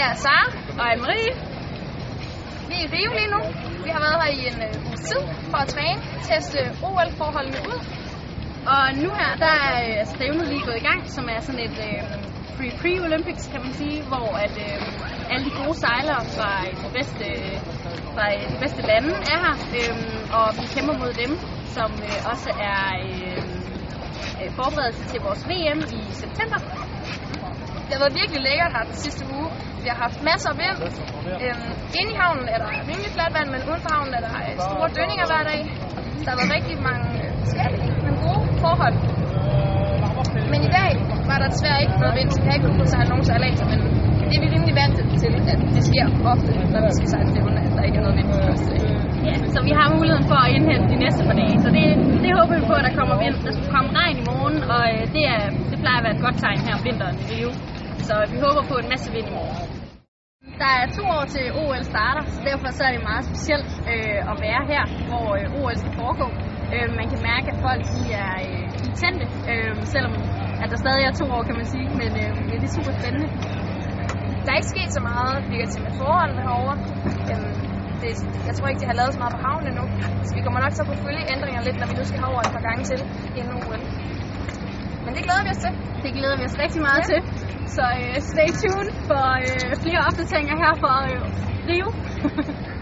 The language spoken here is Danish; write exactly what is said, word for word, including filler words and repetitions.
er Sara og Anne-Marie. Vi er i Rio lige nu. Vi har været her i en uh, uges tid for at træne, teste O L-forholdene ud. Og nu her, der er stævnet lige gået i gang, som er sådan et uh, pre-pre-Olympics, kan man sige, hvor at uh, alle de gode sejlere fra de bedste, fra de bedste lande er her, um, og vi kæmper mod dem, som uh, også er uh, forberedelse til vores V M i september. Det har været virkelig lækkert her den sidste uge. Vi har haft masser af vind. Øhm, inde i havnen er der rimelig fladt vand, men uden for havnen er der store dønninger hver dag. Der har været rigtig mange forskellige, men gode forhold. Men i dag var der desværre ikke noget vind, så vi har ikke kunnet sejle nogen sejladser, men det er vi rimelig vant til, at det sker ofte, når vi skal sejle stævne, at der ikke er noget vind på første dag. Ja, så vi har muligheden for at indhente de næste par dage, så det, det håber vi på, at der kommer vind. Der skal komme regn i morgen, og det, er, det plejer at være et godt tegn her om vinteren i Rio. Så vi håber på en masse vind i morgen. Der er to år til O L starter, så derfor så er det meget specielt øh, at være her, hvor øh, O L skal foregå. Øh, man kan mærke, at folk de er øh, tændte, øh, selvom at der stadig er to år, kan man sige, men øh, ja, det er super spændende. Der er ikke sket så meget, vi kan til med forholdene herovre. Øh, det, jeg tror ikke, de har lavet så meget på havnen endnu, så vi kommer nok til at kunne følge ændringer lidt, når vi nu skal herover et par gange til inden O L. Men det glæder vi os til. Det glæder vi os rigtig meget ja. til. Så uh, stay tuned for uh, flere opdateringer her fra uh, Rio.